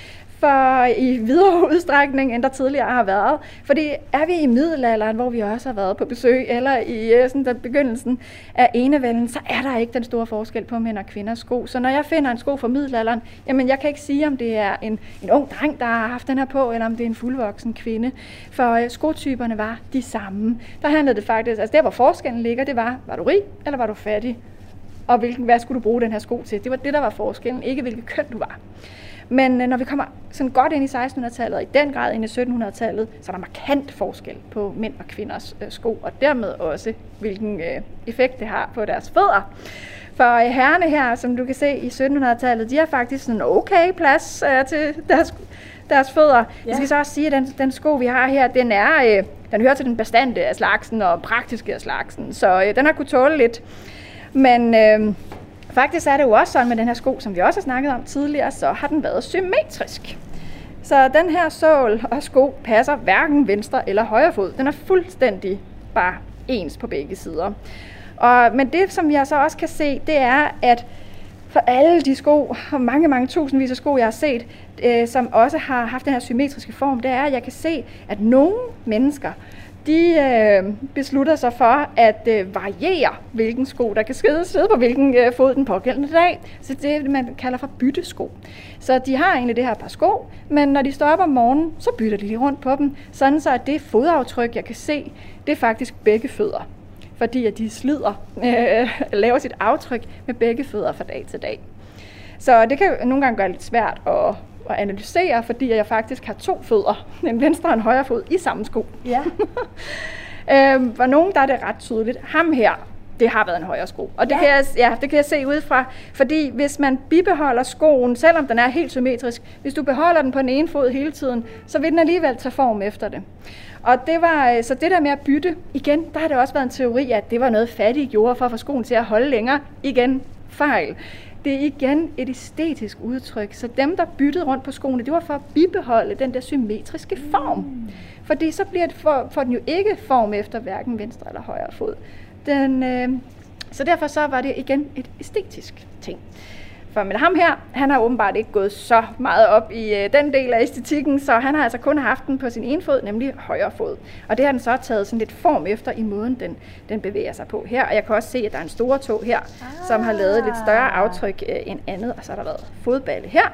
For i videre udstrækning, end der tidligere har været. Fordi er vi i middelalderen, hvor vi også har været på besøg, eller i sådan der begyndelsen af enevælden, så er der ikke den store forskel på mænd og kvinders sko. Så når jeg finder en sko fra middelalderen, jamen jeg kan ikke sige, om det er en, en ung dreng, der har haft den her på, eller om det er en fuldvoksen kvinde. For øh, skotyperne var de samme. Der handlede det faktisk, altså der hvor forskellen ligger, det var, var du rig, eller var du fattig? Og hvilken, hvad skulle du bruge den her sko til? Det var det, der var forskellen, ikke hvilket køn du var. Men når vi kommer sådan godt ind i seksten hundrede-tallet, og i den grad ind i sytten hundrede-tallet, så er der markant forskel på mænd og kvinders øh, sko, og dermed også, hvilken øh, effekt det har på deres fødder. For øh, herrerne her, som du kan se i sytten hundrede-tallet, de har faktisk sådan okay plads øh, til deres, deres fødder. Ja. Jeg skal så også sige, at den, den sko, vi har her, den, er, øh, den hører til den bestandte af slagsen og praktiske af slagsen, så øh, den har kunnet tåle lidt. Men... Øh, Faktisk er det jo også sådan med den her sko, som vi også har snakket om tidligere, så har den været symmetrisk. Så den her sål og sko passer hverken venstre eller højre fod. Den er fuldstændig bare ens på begge sider. Og, men det, som jeg så også kan se, det er, at for alle de sko, og mange, mange tusindvis af sko, jeg har set, øh, som også har haft den her symmetriske form, det er, at jeg kan se, at nogle mennesker, de øh, beslutter sig for at øh, variere, hvilken sko, der kan sidde, sidde på hvilken øh, fod den pågældende dag. Så det er det, man kalder for byttesko. Så de har egentlig det her par sko, men når de står op om morgenen, så bytter de lige rundt på dem, sådan så at det fodaftryk, jeg kan se, det er faktisk begge fødder. Fordi at de slider, øh, laver sit aftryk med begge fødder fra dag til dag. Så det kan nogle gange gøre lidt svært at at analysere, fordi jeg faktisk har to fødder, en venstre og en højre fod, i samme sko. Ja. øhm, for nogen, der er det ret tydeligt. Ham her, det har været en højre sko. Og det, ja. kan jeg, ja, det kan jeg se udefra, fordi hvis man bibeholder skoen, selvom den er helt symmetrisk, hvis du beholder den på den ene fod hele tiden, så vil den alligevel tage form efter det. Og det var, så det der med at bytte, igen, der har det også været en teori, at det var noget fattige gjorde for at få skoen til at holde længere. Igen, fejl. Det er igen et æstetisk udtryk, så dem, der byttede rundt på skoene, det var for at bibeholde den der symmetriske form. Mm. Fordi så bliver det for, for den jo ikke form efter hverken venstre eller højre fod. Den, øh, så derfor så var det igen et æstetisk ting. For med ham her, han har åbenbart ikke gået så meget op i øh, den del af æstetikken, så han har altså kun haft den på sin ene fod, nemlig højre fod. Og det har den så taget sådan lidt form efter i måden, den, den bevæger sig på her. Og jeg kan også se, at der er en store tå her, ah. som har lavet lidt større aftryk øh, end andet. Og så har der været fodballe her.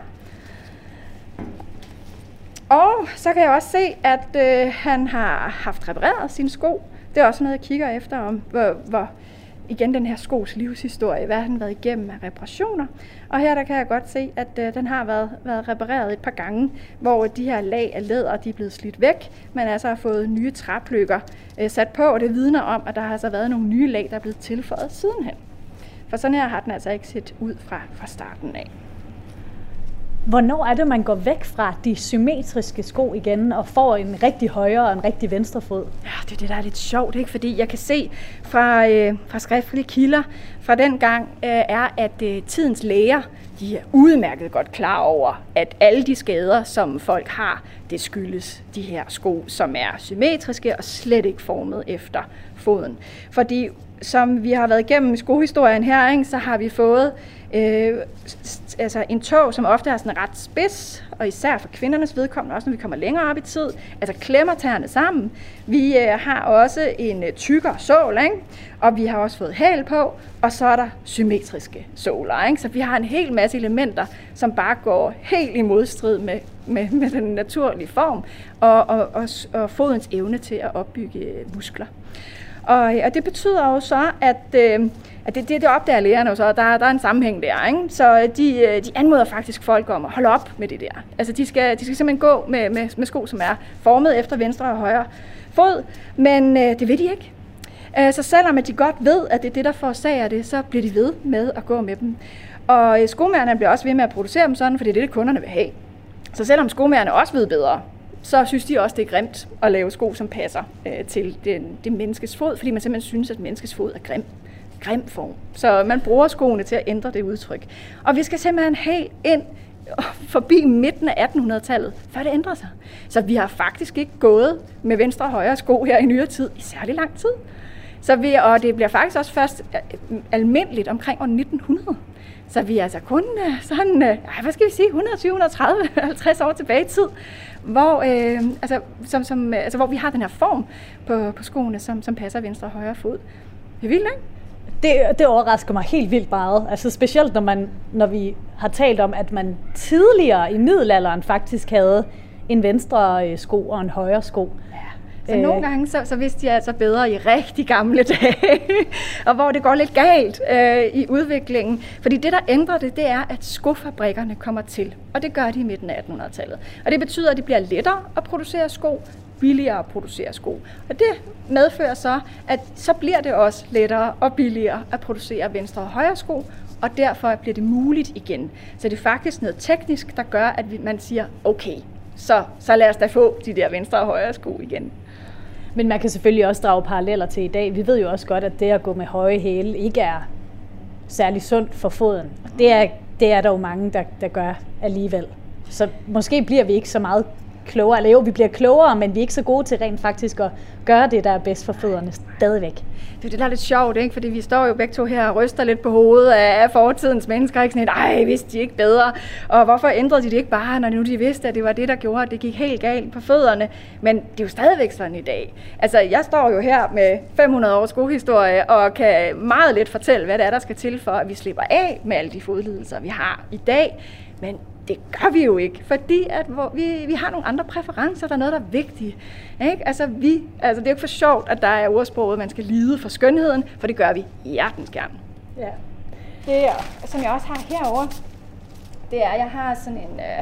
Og så kan jeg også se, at øh, han har haft repareret sine sko. Det er også noget, jeg kigger efter, om hvor... hvor igen den her skos livshistorie, hvad har den været igennem af reparationer. Og her der kan jeg godt se, at øh, den har været, været repareret et par gange, hvor de her lag af læder, de er blevet slidt væk, men altså har fået nye træpløkker øh, sat på, og det vidner om, at der har altså været nogle nye lag, der er blevet tilføjet sidenhen. For sådan her har den altså ikke set ud fra, fra starten af. Hvornår er det, man går væk fra de symmetriske sko igen og får en rigtig højre og en rigtig venstre fod? Ja, det er det, der er lidt sjovt, ikke? Fordi jeg kan se fra, øh, fra skriftlige kilder fra den gang, øh, er, at øh, tidens læger, de er udmærket godt klar over, at alle de skader, som folk har, det skyldes de her sko, som er symmetriske og slet ikke formet efter foden. Fordi som vi har været igennem i skohistorien her, ikke, så har vi fået øh, altså en tå, som ofte er sådan ret spids, og især for kvindernes vedkommende, også når vi kommer længere op i tid, altså klemmer tæerne sammen. Vi øh, har også en øh, tykkere sål, ikke? Og vi har også fået hæl på, og så er der symmetriske såler, ikke? Så vi har en hel masse elementer, som bare går helt i modstrid med, med, med den naturlige form, og, og, og, og fodens evne til at opbygge muskler. Og, og det betyder jo så, at, øh, at det, det, det opdager lægerne jo så, der, der er en sammenhæng der, ikke? Så de, de anmoder faktisk folk om at holde op med det der. Altså de skal, de skal simpelthen gå med, med, med sko, som er formet efter venstre og højre fod, men øh, det vil de ikke. Øh, så selvom at de godt ved, at det er det, der forårsager det, så bliver de ved med at gå med dem. Og øh, skomærerne bliver også ved med at producere dem sådan, for det er det, det kunderne vil have. Så selvom skomærerne også ved bedre, så synes de også, det er grimt at lave sko, som passer øh, til det, det menneskes fod, fordi man simpelthen synes, at menneskets fod er grim, grim form. Så man bruger skoene til at ændre det udtryk. Og vi skal simpelthen helt ind forbi midten af attenhundredetallet, før det ændrer sig. Så vi har faktisk ikke gået med venstre og højre sko her i nyere tid i særlig lang tid. Så vi, og det bliver faktisk også først almindeligt omkring år nitten hundrede. Så vi er altså kun sådan, øh, hvad skal vi sige, hundrede tyve, hundrede tredive, halvtreds år tilbage i tid, hvor, øh, altså, som, som, altså, hvor vi har den her form på, på skoene, som, som passer venstre og højre fod. Det er vildt, ikke? Det, det overrasker mig helt vildt meget. Altså specielt når, man, når vi har talt om, at man tidligere i middelalderen faktisk havde en venstre sko og en højre sko. Så øh. nogle gange, så, så vidste de altså bedre i rigtig gamle dage, og hvor det går lidt galt øh, i udviklingen. Fordi det, der ændrer det, det er, at skofabrikkerne kommer til, og det gør de i midten af attenhundredetallet. Og det betyder, at det bliver lettere at producere sko, billigere at producere sko. Og det medfører så, at så bliver det også lettere og billigere at producere venstre og højre sko, og derfor bliver det muligt igen. Så det er faktisk noget teknisk, der gør, at man siger, okay, så, så lad os da få de der venstre og højre sko igen. Men man kan selvfølgelig også drage paralleller til i dag. Vi ved jo også godt, at det at gå med høje hæle ikke er særlig sundt for foden. Det er, det er der jo mange, der, der gør alligevel. Så måske bliver vi ikke så meget klogere. Eller jo, vi bliver klogere, men vi er ikke så gode til rent faktisk at gøre det, der er bedst for fødderne stadigvæk. Det er det, der er lidt sjovt, ikke? Fordi vi står jo begge to her og ryster lidt på hovedet af fortidens mennesker. Ikke sådan et, ej, vidste de ikke bedre? Og hvorfor ændrede de det ikke bare, når nu de vidste, at det var det, der gjorde, at det gik helt galt på fødderne? Men det er jo stadigvæk sådan i dag. Altså, jeg står jo her med fem hundrede års skohistorie og kan meget lidt fortælle, hvad det er, der skal til for, at vi slipper af med alle de fodlidelser, vi har i dag. Men det gør vi jo ikke, fordi at hvor vi, vi har nogle andre præferencer, der er noget, der er vigtigt. Ikke? Altså, vi, altså, det er jo ikke for sjovt, at der er ordsproget, at man skal lide for skønheden, for det gør vi hjertens gerne. Ja. Det, som jeg også har herovre, det er, at jeg har sådan en, øh,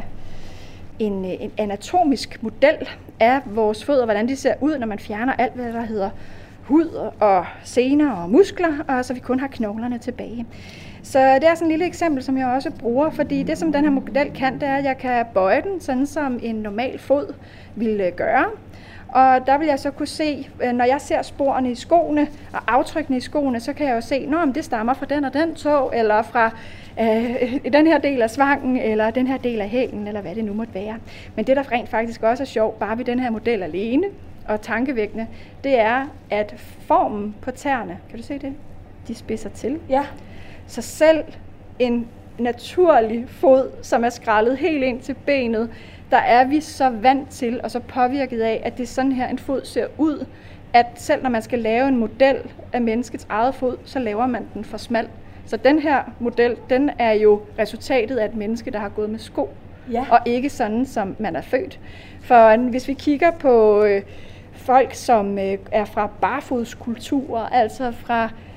en, en anatomisk model af vores fødder, hvordan de ser ud, når man fjerner alt, hvad der hedder hud og sener og muskler, og så vi kun har knoglerne tilbage. Så det er sådan et lille eksempel, som jeg også bruger, fordi det, som den her model kan, det er, at jeg kan bøje den, sådan som en normal fod ville gøre. Og der vil jeg så kunne se, når jeg ser sporene i skoene og aftrykkene i skoene, så kan jeg jo se, at det stammer fra den og den tå, eller fra øh, den her del af svangen, eller den her del af hælen, eller hvad det nu måtte være. Men det, der rent faktisk også er sjovt, bare ved den her model alene, og tankevækkende, det er, at formen på tæerne, kan du se det? De spidser til. Ja. Så selv en naturlig fod, som er skrællet helt ind til benet, der er vi så vant til og så påvirket af, at det er sådan her en fod ser ud, at selv når man skal lave en model af menneskets eget fod, så laver man den for smal. Så den her model, den er jo resultatet af et menneske, der har gået med sko, ja. Og ikke sådan, som man er født. For hvis vi kigger på øh, folk, som øh, er fra barfodskulturer, altså fra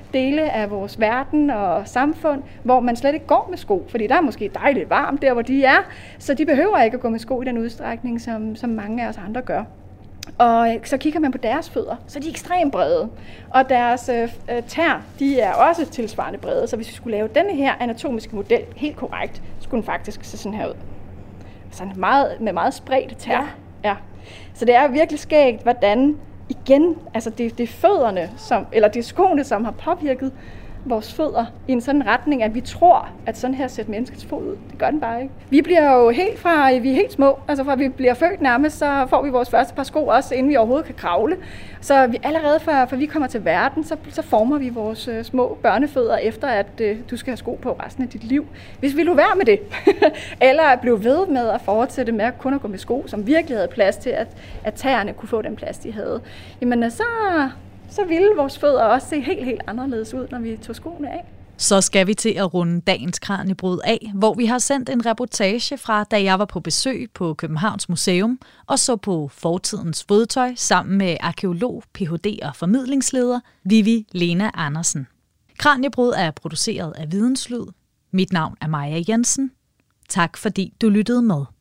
dele af vores verden og samfund, hvor man slet ikke går med sko, fordi der er måske dejligt varmt der, hvor de er, så de behøver ikke at gå med sko i den udstrækning, som, som mange af os andre gør. Og så kigger man på deres fødder, så er de ekstremt brede, og deres øh, tær, de er også tilsvarende brede, så hvis vi skulle lave denne her anatomiske model helt korrekt, skulle den faktisk se sådan her ud. Sådan meget, med meget spredt tær. Ja. Ja. Så det er virkelig skægt, hvordan igen, altså det, det er fødderne, som, eller det er skoene, som har påvirket vores fødder i en sådan retning, at vi tror, at sådan her ser menneskets fod ud. Det gør den bare ikke. Vi bliver jo helt fra, vi er helt små, altså fra vi bliver født nærmest, så får vi vores første par sko også, inden vi overhovedet kan kravle. Så vi allerede fra, fra vi kommer til verden, så, så former vi vores uh, små børnefødder efter, at uh, du skal have sko på resten af dit liv. Hvis vi lå være med det, eller blev ved med at fortsætte med at kun at gå med sko, som virkelig havde plads til, at, at tæerne kunne få den plads, de havde, jamen så... så ville vores fødder også se helt, helt anderledes ud, når vi tog skoene af. Så skal vi til at runde dagens Kraniebrud af, hvor vi har sendt en reportage fra, da jeg var på besøg på Københavns Museum og så på fortidens fodtøj sammen med arkæolog, P H D og formidlingsleder Vivi Lena Andersen. Kraniebrud er produceret af Videnslyd. Mit navn er Maja Jensen. Tak fordi du lyttede med.